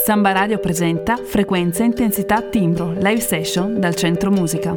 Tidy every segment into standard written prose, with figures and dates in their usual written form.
Samba Radio presenta Frequenza, Intensità, Timbro, live session dal Centro Musica.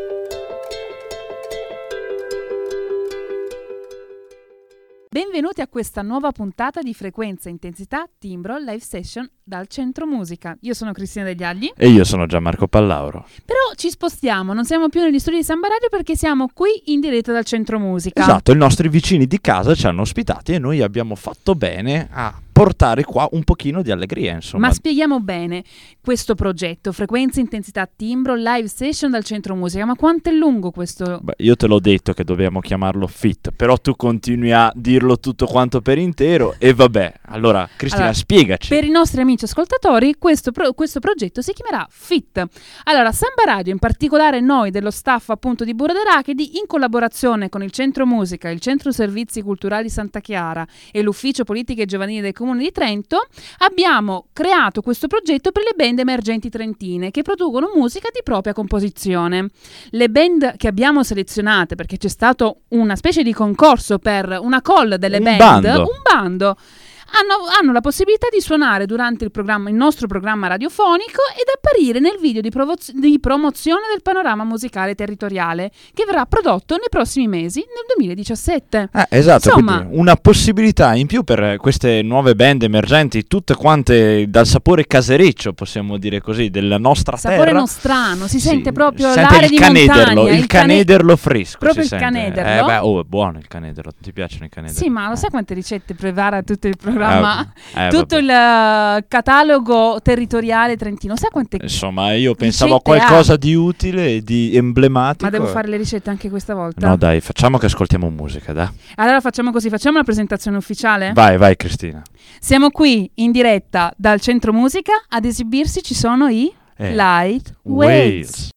Benvenuti a questa nuova puntata di Frequenza, Intensità, Timbro, live session dal Centro Musica. Io sono Cristina Degli Agli. E io sono Gianmarco Pallauro. Però ci spostiamo, non siamo più negli studi di Samba Radio perché siamo qui in diretta dal Centro Musica. Esatto, i nostri vicini di casa ci hanno ospitati e noi abbiamo fatto bene a portare qua un pochino di allegria, insomma. Ma spieghiamo bene questo progetto, Frequenza, Intensità, Timbro, live session dal Centro Musica. Ma quanto è lungo questo? Beh, io te l'ho detto che dobbiamo chiamarlo FIT, però tu continui a dirlo tutto quanto per intero e vabbè. Allora, Cristina, spiegaci. Per i nostri amici ascoltatori, questo progetto si chiamerà FIT. Allora, Samba Radio, in particolare noi dello staff appunto di Burro d'Arachidi, in collaborazione con il Centro Musica, il Centro Servizi Culturali Santa Chiara e l'Ufficio Politiche Giovanili del Comune di Trento, abbiamo creato questo progetto per le band emergenti trentine che producono musica di propria composizione. Le band che abbiamo selezionate, perché c'è stato una specie di concorso per una call delle band, un bando, hanno la possibilità di suonare durante il nostro programma radiofonico ed apparire nel video di promozione del panorama musicale territoriale che verrà prodotto nei prossimi mesi, nel 2017. Esatto, insomma, quindi una possibilità in più per queste nuove band emergenti, tutte quante dal sapore casereccio, possiamo dire così, della nostra sapore terra. nostrano, si sente proprio sente l'area di montagna. Il canederlo fresco. Proprio si il sente. canederlo. È buono il canederlo, ti piacciono i canederli? Sì, ma lo sai quante ricette prepara tutto il programma? Tutto il catalogo territoriale trentino, sai quante insomma io pensavo a qualcosa di utile e di emblematico. Ma devo fare le ricette anche questa volta? No dai, facciamo che ascoltiamo musica, dai. Allora facciamo così, facciamo la presentazione ufficiale? Vai Cristina. Siamo qui in diretta dal Centro Musica, ad esibirsi ci sono i Light Waves.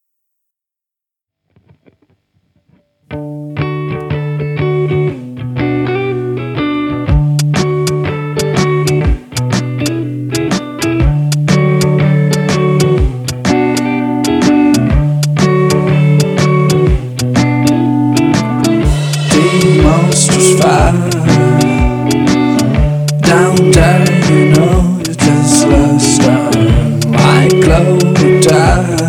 Down there, you know, you're just a star. My glow will die.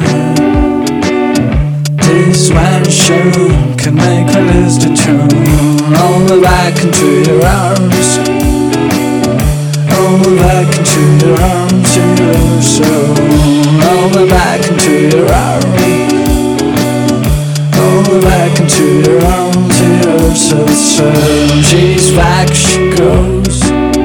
This one show can make me lose the tune. Roll me back into your arms. Roll me back into your arms, your soul. Roll me back into your arms. Roll me back into your arms, your soul. She's back, she goes.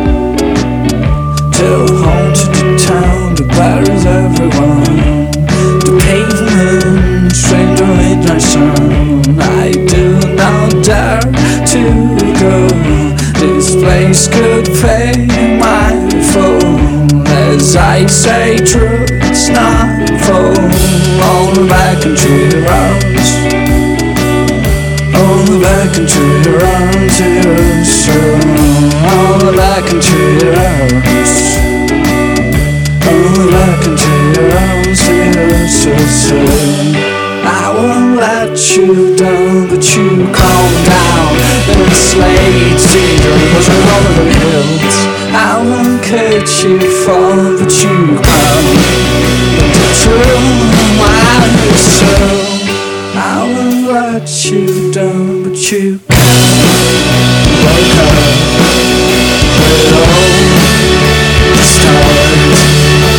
Till home to the town, the buries everyone. The pavement, stranger midnight sun. I do not dare to go. This place could pay my phone. As I say true, it's not phone. On back into your arms. On back into your arms, your soul. On back into your arms. Back into your arms, you're so soon. I won't let you down, but you calm down. And slate teardrops all over the hills. I won't catch you fall, but you come. The truth, my soul. I won't let you down, but you can't. Wake up with all the stars.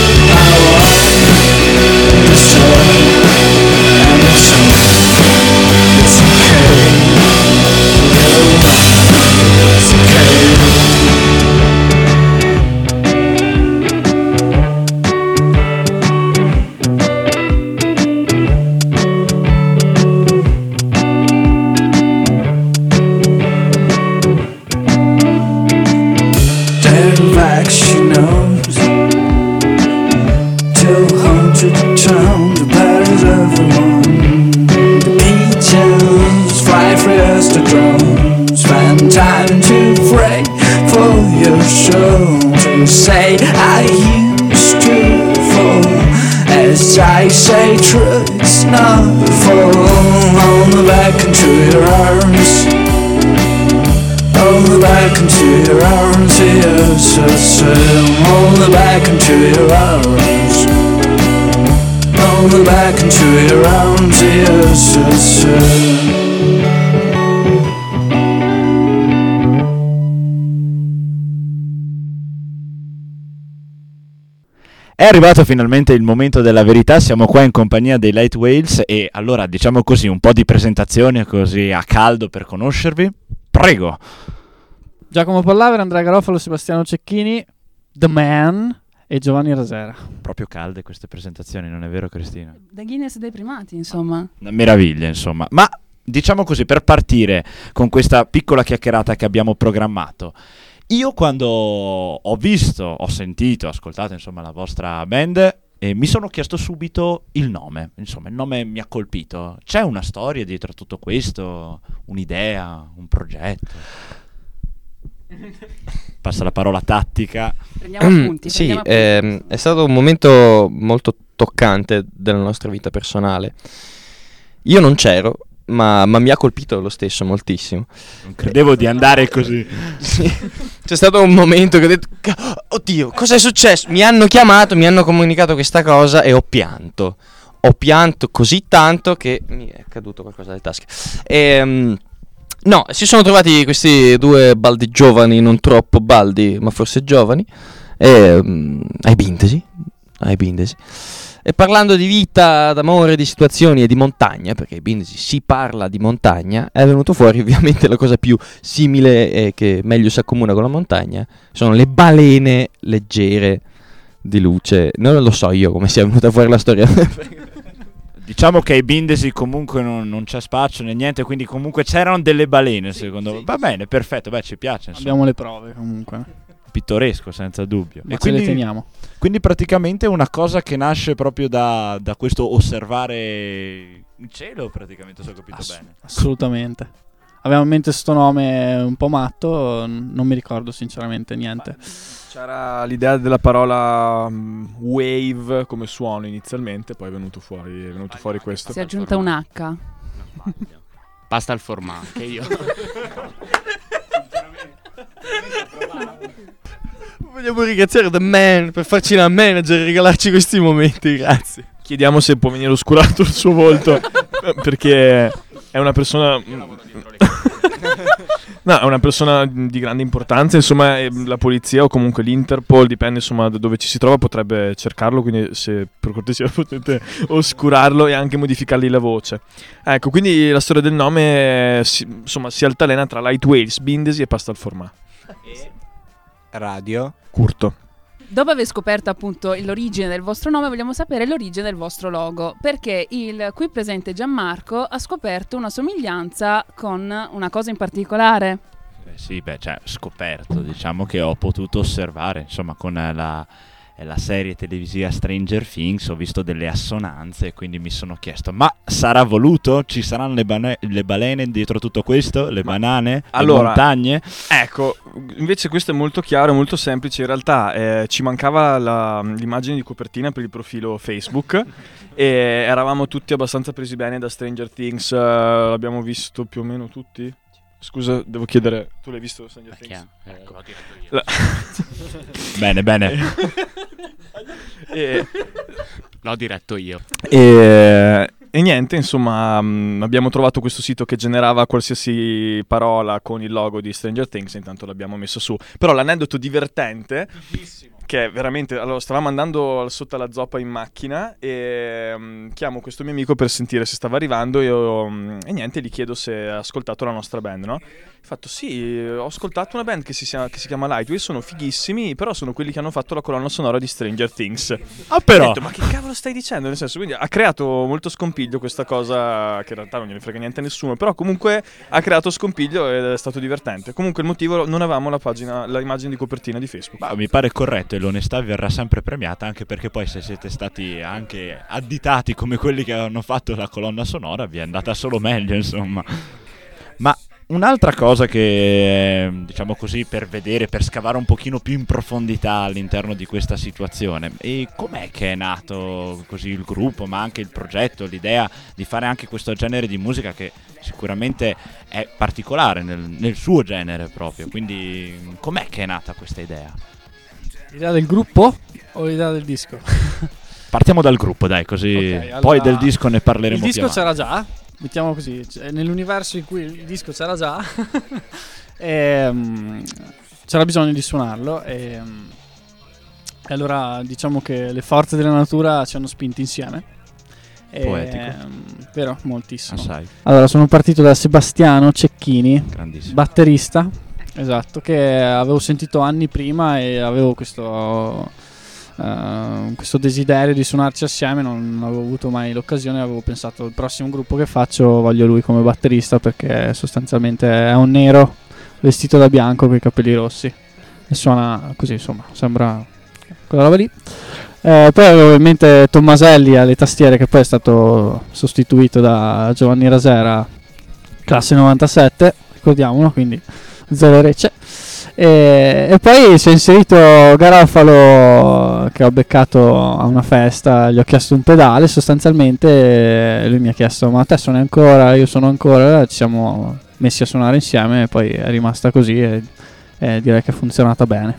I say true, it's not fall. On the back into your arms. Roll me back into your arms, yes, yes, roll me back into your arms. Roll me back into your arms, yes, yes, È arrivato finalmente il momento della verità, siamo qua in compagnia dei Light Whales e allora diciamo così un po' di presentazione così a caldo per conoscervi. Prego. Giacomo Pollavere, Andrea Garofalo, Sebastiano Cecchini, The Man e Giovanni Rasera. Proprio calde queste presentazioni, non è vero Cristina? Da Guinness dei primati, insomma. Una meraviglia insomma, ma diciamo così per partire con questa piccola chiacchierata che abbiamo programmato. Io quando ho visto, ho sentito, ho ascoltato insomma la vostra band mi sono chiesto subito il nome, insomma il nome mi ha colpito. C'è una storia dietro a tutto questo, un'idea, un progetto? Passa la parola tattica. Prendiamo appunti. Sì, prendiamo appunti. è stato un momento molto toccante della nostra vita personale. Io non c'ero, ma mi ha colpito lo stesso moltissimo. Non credevo di andare così. Sì. C'è stato un momento che ho detto oddio, cosa è successo? Mi hanno chiamato, mi hanno comunicato questa cosa e ho pianto così tanto che mi è caduto qualcosa dalle tasche. No, si sono trovati questi due baldi giovani, non troppo baldi ma forse giovani, ai Bindesi. E parlando di vita, d'amore, di situazioni e di montagna, perché ai Bindesi si parla di montagna, è venuto fuori ovviamente la cosa più simile e che meglio si accomuna con la montagna, sono le balene leggere di luce. Non lo so io come sia venuta fuori la storia. Diciamo che ai Bindesi comunque non c'è spazio né niente, quindi comunque c'erano delle balene secondo me. Va bene, perfetto, beh ci piace. Insomma. Abbiamo le prove comunque. Pittoresco senza dubbio. Ma E ce le teniamo. Quindi praticamente è una cosa che nasce proprio da questo osservare il cielo, praticamente, se ho capito bene. Assolutamente. Avevamo in mente sto nome un po' matto, non mi ricordo sinceramente niente. C'era l'idea della parola wave come suono inizialmente, poi è venuto fuori questo. Si è aggiunta un H. Basta il formato che io. Vogliamo ringraziare The Man per farci la manager e regalarci questi momenti, grazie. Chiediamo se può venire oscurato il suo volto perché è una persona no, è una persona di grande importanza, insomma la polizia o comunque l'Interpol, dipende insomma da dove ci si trova, potrebbe cercarlo, quindi se per cortesia potete oscurarlo e anche modificargli la voce. Ecco, quindi la storia del nome si altalena tra Light Whales, Bindesi e Pasta al Formà. Radio Curto. Dopo aver scoperto appunto l'origine del vostro nome, vogliamo sapere l'origine del vostro logo, perché il qui presente Gianmarco ha scoperto una somiglianza con una cosa in particolare. Sì, cioè scoperto, diciamo che ho potuto osservare, insomma, con la serie televisiva Stranger Things ho visto delle assonanze e quindi mi sono chiesto, ma sarà voluto? Ci saranno le balene dietro tutto questo? Le banane? Allora, le montagne? Ecco, invece questo è molto chiaro, molto semplice. In realtà ci mancava l'immagine di copertina per il profilo Facebook e eravamo tutti abbastanza presi bene da Stranger Things, l'abbiamo visto più o meno tutti? Scusa, devo chiedere, tu l'hai visto Stranger Things? Ecco. L'ho diretto io. Bene. L'ho diretto io. E niente, insomma, abbiamo trovato questo sito che generava qualsiasi parola con il logo di Stranger Things e intanto l'abbiamo messo su. Però l'aneddoto divertente, che è veramente, allora stavamo andando sotto alla zoppa in macchina e chiamo questo mio amico per sentire se stava arrivando e niente, gli chiedo se ha ascoltato la nostra band, no? Ho fatto sì, ho ascoltato una band che si chiama Lightway, sono fighissimi, però sono quelli che hanno fatto la colonna sonora di Stranger Things. Ah, però! Ho detto, ma che cavolo stai dicendo? Nel senso, quindi ha creato molto scompiglio questa cosa che in realtà non gliene frega niente a nessuno, però comunque ha creato scompiglio ed è stato divertente. Comunque il motivo, non avevamo l'immagine di copertina di Facebook. Ma mi pare corretto e l'onestà verrà sempre premiata, anche perché poi se siete stati anche additati come quelli che hanno fatto la colonna sonora vi è andata solo meglio, insomma. Ma Un'altra cosa che, diciamo così, per vedere, per scavare un pochino più in profondità all'interno di questa situazione, e com'è che è nato così il gruppo, ma anche il progetto, l'idea di fare anche questo genere di musica che sicuramente è particolare nel suo genere proprio, quindi com'è che è nata questa idea? L'idea del gruppo o l'idea del disco? Partiamo dal gruppo, dai, così Ok, allora, poi del disco ne parleremo il più disco avanti. c'era già, mettiamo così, cioè, nell'universo in cui il disco c'era già e, c'era bisogno di suonarlo e allora diciamo che le forze della natura ci hanno spinti insieme. Poetico. Vero, moltissimo. Assai, Allora sono partito da Sebastiano Cecchini, grandissimo. batterista, esatto, che avevo sentito anni prima e avevo questo desiderio di suonarci assieme, non avevo avuto mai l'occasione, avevo pensato il prossimo gruppo che faccio voglio lui come batterista perché sostanzialmente è un nero vestito da bianco con i capelli rossi e suona così, insomma, sembra quella roba lì. Poi avevo in mente Tommaselli alle tastiere, che poi è stato sostituito da Giovanni Rasera, classe 97, ricordiamolo, quindi zero recce. E poi si è inserito Garofalo, che ho beccato a una festa, gli ho chiesto un pedale sostanzialmente, lui mi ha chiesto ma te suoni ancora, io suono ancora, ci siamo messi a suonare insieme e poi è rimasta così e direi che è funzionata bene.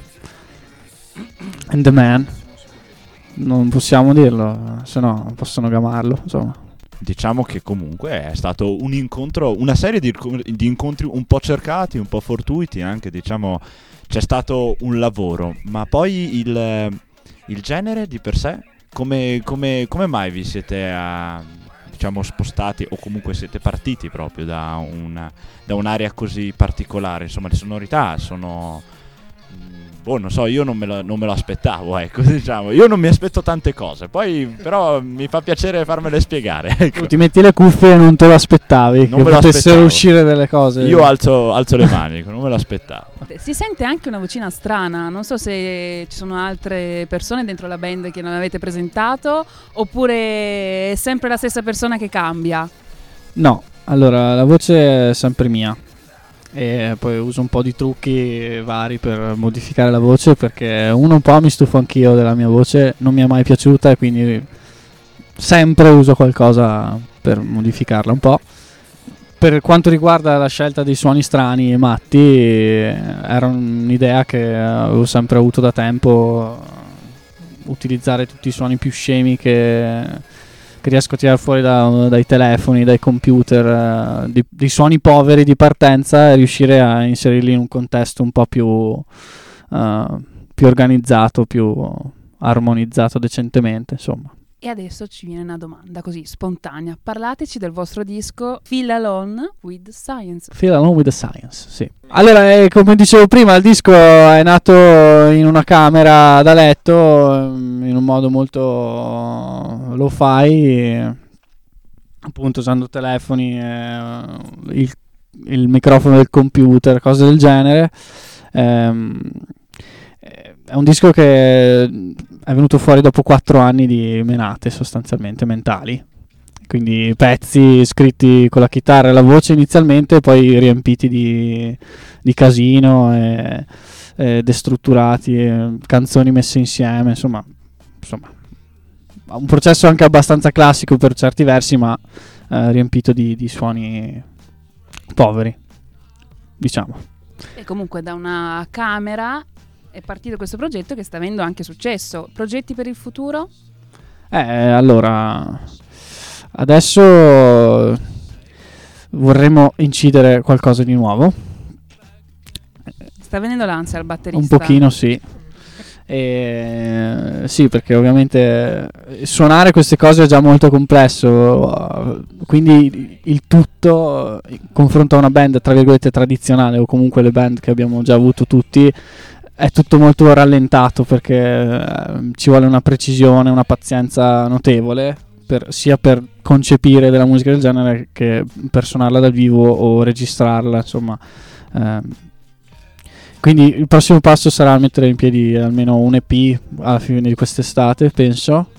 And the man, non possiamo dirlo, se no possono gamarlo, insomma. Diciamo che comunque è stato un incontro, una serie di incontri un po' cercati, un po' fortuiti anche, diciamo, c'è stato un lavoro, ma poi il genere di per sé, come mai vi siete diciamo spostati o comunque siete partiti proprio da un'area così particolare? Insomma, le sonorità sono... non so, io non me lo aspettavo, ecco, diciamo. Io non mi aspetto tante cose, poi però mi fa piacere farmele spiegare, ecco. Tu ti metti le cuffie e non te lo aspettavi, Non che me lo potessero aspettavo. uscire delle cose. Io alzo le mani, non me lo aspettavo. Si sente anche una vocina strana, non so se ci sono altre persone dentro la band che non avete presentato oppure è sempre la stessa persona che cambia. No, allora la voce è sempre mia e poi uso un po' di trucchi vari per modificare la voce perché un po' mi stufo anch'io della mia voce, non mi è mai piaciuta e quindi sempre uso qualcosa per modificarla un po'. Per quanto riguarda la scelta dei suoni strani e matti, era un'idea che avevo sempre avuto da tempo, utilizzare tutti i suoni più scemi che riesco a tirare fuori dai telefoni, dai computer, dei suoni poveri di partenza e riuscire a inserirli in un contesto un po' più organizzato, più armonizzato decentemente, insomma. E adesso ci viene una domanda così spontanea. Parlateci del vostro disco Feel Alone with Science. Feel Alone with the Science, sì. Allora, come dicevo prima, il disco è nato in una camera da letto, in un modo molto lo-fi, appunto usando telefoni, il microfono del computer, cose del genere. È un disco che è venuto fuori dopo 4 anni di menate sostanzialmente mentali, quindi pezzi scritti con la chitarra e la voce inizialmente, poi riempiti di casino e destrutturati, canzoni messe insieme, insomma un processo anche abbastanza classico per certi versi, ma riempito di suoni poveri, diciamo. E comunque da una camera è partito questo progetto che sta avendo anche successo. Progetti per il futuro? Allora, adesso vorremmo incidere qualcosa di nuovo. Sta venendo l'ansia al batterista? Un pochino sì. Sì, perché ovviamente suonare queste cose è già molto complesso, quindi il tutto in confronto a una band tra virgolette tradizionale o comunque le band che abbiamo già avuto tutti è tutto molto rallentato perché ci vuole una precisione, una pazienza notevole sia per concepire della musica del genere che per suonarla dal vivo o registrarla, insomma. Quindi il prossimo passo sarà mettere in piedi almeno un EP alla fine di quest'estate, penso.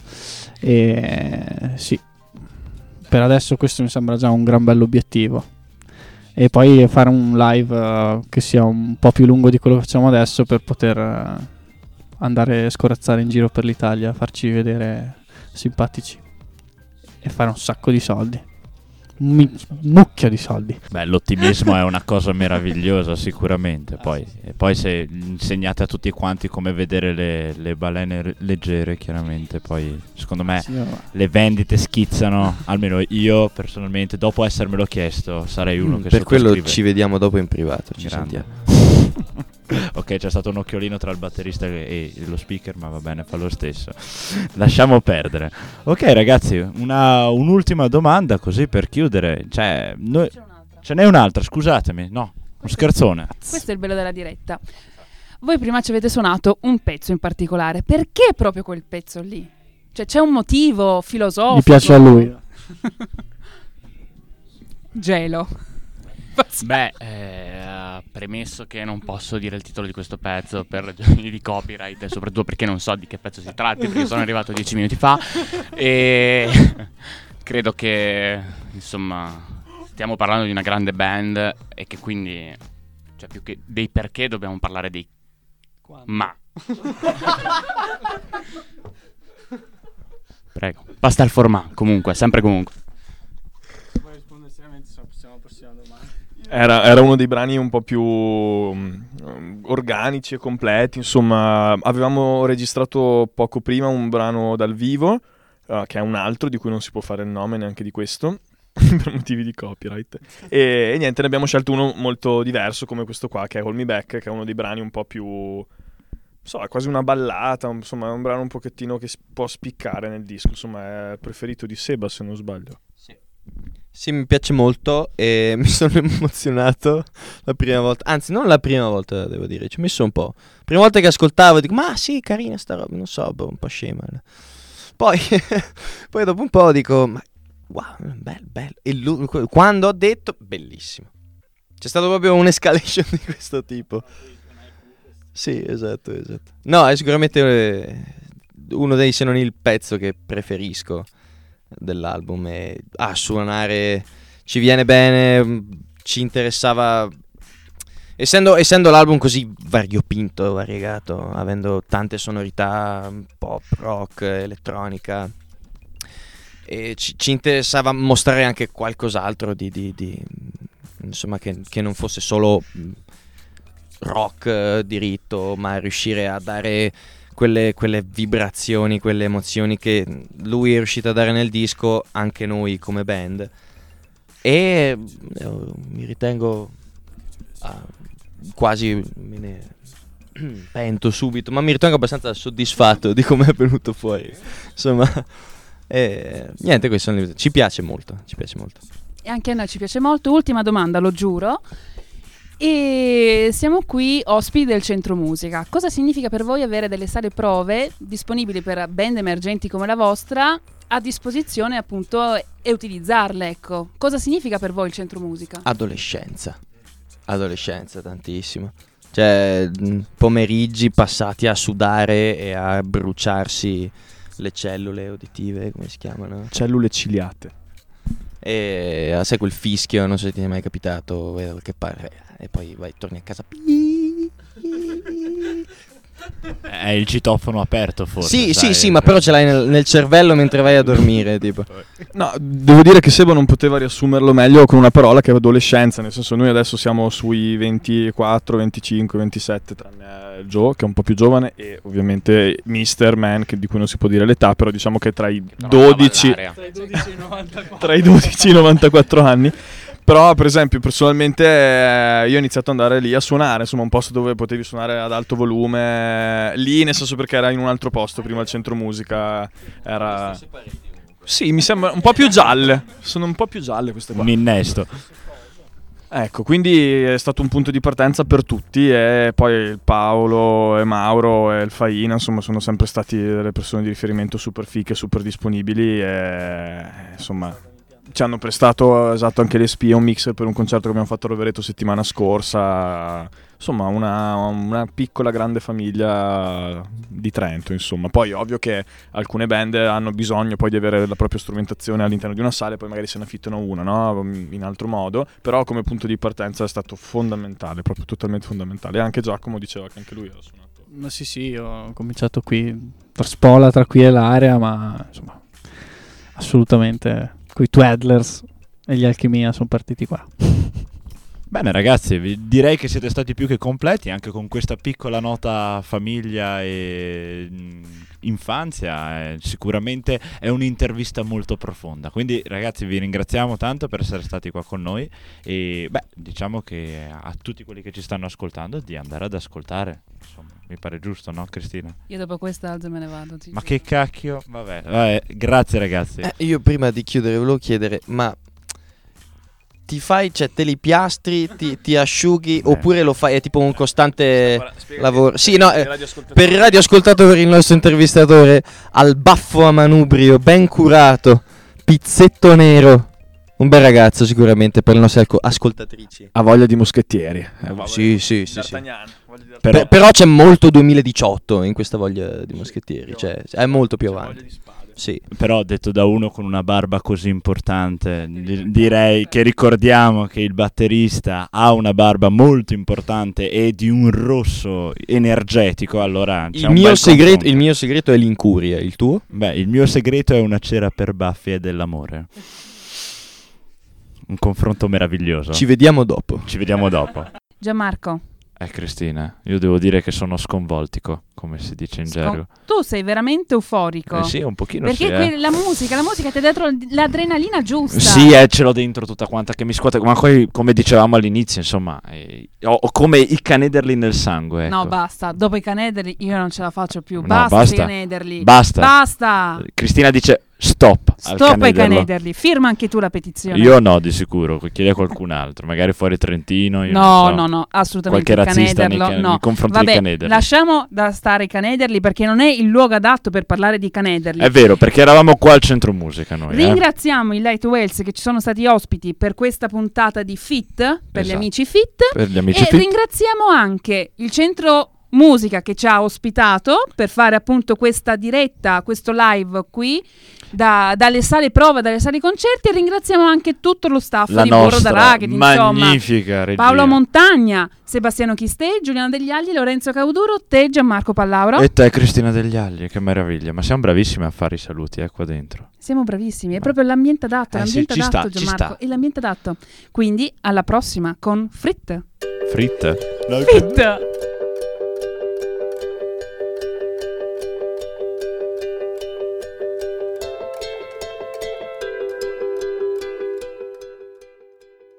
E sì, per adesso questo mi sembra già un gran bell'obiettivo. e poi fare un live che sia un po' più lungo di quello che facciamo adesso per poter andare a scorazzare in giro per l'Italia, farci vedere simpatici e fare un sacco di soldi, mucchia di soldi. Beh, l'ottimismo è una cosa meravigliosa sicuramente. Poi se insegnate a tutti quanti come vedere le balene leggere, chiaramente poi secondo me le vendite schizzano. Almeno io personalmente, dopo essermelo chiesto, sarei uno che per quello sottoscrive. ci vediamo dopo in privato, ci Grande. sentiamo. Ok, c'è stato un occhiolino tra il batterista e lo speaker, ma va bene, fa lo stesso. Lasciamo perdere. Ok ragazzi, un'ultima domanda così per chiudere. Cioè, ce n'è un'altra, scusatemi. No, un scherzone. Questo è il bello della diretta. Voi prima ci avete suonato un pezzo in particolare. Perché proprio quel pezzo lì? Cioè c'è un motivo filosofico? Mi piace a lui. Gelo. Beh, premesso che non posso dire il titolo di questo pezzo per ragioni di copyright e soprattutto perché non so di che pezzo si tratti, perché sono arrivato 10 minuti fa e credo che, insomma, stiamo parlando di una grande band e che quindi, cioè, più che dei perché dobbiamo parlare dei ma. Prego. Basta il format, comunque, sempre comunque. Era uno dei brani un po' più organici e completi, insomma. Avevamo registrato poco prima un brano dal vivo, che è un altro di cui non si può fare il nome neanche di questo per motivi di copyright, e niente, ne abbiamo scelto uno molto diverso come questo qua, che è Hold Me Back, che è uno dei brani un po' più, è quasi una ballata, insomma è un brano un pochettino che può spiccare nel disco, insomma è preferito di Seba se non sbaglio. Sì, mi piace molto e mi sono emozionato la prima volta, anzi non la prima volta devo dire, ci ho messo un po'. Prima volta che ascoltavo dico ma sì, carina sta roba, non so, un po' scema. Poi dopo un po' dico ma wow, bello. E quando ho detto bellissimo. C'è stato proprio un'escalation di questo tipo. Sì, esatto. No, è sicuramente uno dei, se non il pezzo che preferisco dell'album, e suonare ci viene bene, ci interessava, essendo l'album così variopinto, variegato, avendo tante sonorità pop, rock, elettronica, e ci interessava mostrare anche qualcos'altro di insomma che non fosse solo rock diritto, ma riuscire a dare quelle vibrazioni, quelle emozioni che lui è riuscito a dare nel disco, anche noi come band. E mi ritengo quasi, me ne pento subito, ma mi ritengo abbastanza soddisfatto di come è venuto fuori. Insomma, niente, questo ci piace molto. E anche a noi ci piace molto. Ultima domanda, lo giuro. E siamo qui ospiti del Centro Musica. Cosa significa per voi avere delle sale prove disponibili per band emergenti come la vostra a disposizione, appunto, e utilizzarle, ecco? Cosa significa per voi il Centro Musica? Adolescenza tantissimo. Cioè pomeriggi passati a sudare e a bruciarsi le cellule uditive, come si chiamano? Cellule ciliate. E sai quel fischio, non so se ti è mai capitato, che pare, e poi torni a casa. È il citofono aperto forse. Sì, ma però ce l'hai nel cervello mentre vai a dormire, tipo. No, devo dire che Sebo non poteva riassumerlo meglio con una parola che è adolescenza, nel senso noi adesso siamo sui 24, 25, 27, tranne Joe che è un po' più giovane e ovviamente Mr. Man di cui non si può dire l'età, però diciamo che tra i 12 e i 94 anni. Però per esempio personalmente io ho iniziato ad andare lì a suonare, insomma un posto dove potevi suonare ad alto volume, lì nel senso perché era in un altro posto, prima il Centro Musica era... Sì, mi sembra un po' più gialle, sono un po' più gialle queste qua. Un innesto. Ecco, quindi è stato un punto di partenza per tutti e poi il Paolo e Mauro e il Faina, insomma sono sempre stati delle persone di riferimento super fiche, super disponibili e insomma... Ci hanno prestato, esatto, anche le spie, un mixer per un concerto che abbiamo fatto a Rovereto settimana scorsa. insomma una piccola grande famiglia di Trento, insomma. Poi ovvio che alcune band hanno bisogno poi di avere la propria strumentazione all'interno di una sala e poi magari se ne affittano una, no? In altro modo, però come punto di partenza è stato fondamentale, proprio totalmente fondamentale. E anche Giacomo diceva che anche lui era suonato. Ma sì, io ho cominciato qui per spola tra qui e l'area, ma insomma assolutamente coi Twaddlers e gli Alchimia sono partiti qua. Bene ragazzi, direi che siete stati più che completi anche con questa piccola nota famiglia e infanzia. Sicuramente è un'intervista molto profonda, quindi ragazzi vi ringraziamo tanto per essere stati qua con noi e diciamo che a tutti quelli che ci stanno ascoltando di andare ad ascoltare, insomma, mi pare giusto, no Cristina? Io dopo questa alzo e me ne vado. Ma che cacchio, vabbè, grazie ragazzi. Io prima di chiudere volevo chiedere, ma ti fai, cioè te li piastri, ti asciughi oppure lo fai, è tipo un costante lavoro? Sì, no, per il radioascoltatore, il nostro intervistatore, al baffo a manubrio, ben curato, pizzetto nero. Un bel ragazzo sicuramente per le nostre ascoltatrici. Ha voglia di moschettieri. Sì. Però Però c'è molto 2018 in questa voglia di moschettieri, cioè è molto più avanti. Sì. Però detto da uno con una barba così importante, direi che ricordiamo che il batterista ha una barba molto importante e di un rosso energetico, allora c'è Il mio segreto è l'incuria, il tuo? Beh, il mio segreto è una cera per baffi e dell'amore. Un confronto meraviglioso. Ci vediamo dopo. Gianmarco, Cristina, io devo dire che sono sconvoltico, come si dice in gergo. tu sei veramente euforico. Sì, un pochino Perché sì. la musica ti ha dato l'adrenalina giusta. Sì, ce l'ho dentro tutta quanta che mi scuote, ma poi, come dicevamo all'inizio, insomma, ho come i canederli nel sangue. Ecco. No, basta. Dopo i canederli io non ce la faccio più. No, Basta i canederli. Basta. Cristina dice stop al Stop ai canederlo. canederli. Firma anche tu la petizione. Io no, di sicuro, chiedi a qualcun altro, magari fuori Trentino. Io No, non so. no, assolutamente. Qualche razzista canederlo, no. nei confronti Vabbè, dei canederli. lasciamo da stare i canederli perché non è il luogo adatto per parlare di canederli. È vero, perché eravamo qua al centro musica noi. Ringraziamo i Light Wales che ci sono stati ospiti per questa puntata di Fit, per gli Esatto. amici Fit. Per gli amici E fit. ringraziamo anche il centro musica che ci ha ospitato per fare appunto questa diretta, questo live qui dalle sale prova, dalle sale concerti, e ringraziamo anche tutto lo staff La di Burro nostra d'Arachidi, insomma, magnifica regia. Paolo Montagna, Sebastiano Chistè, Giuliano Degli Agli, Lorenzo Cauduro, te Gianmarco Pallauro. E te Cristina Degli Agli, che meraviglia. Ma siamo bravissimi a fare i saluti qua dentro. Siamo bravissimi, è proprio l'ambiente adatto, l'ambiente sì, ci adatto sta, ci Gianmarco, sta. è l'ambiente adatto. Quindi alla prossima con Frit. Fritte? Fit.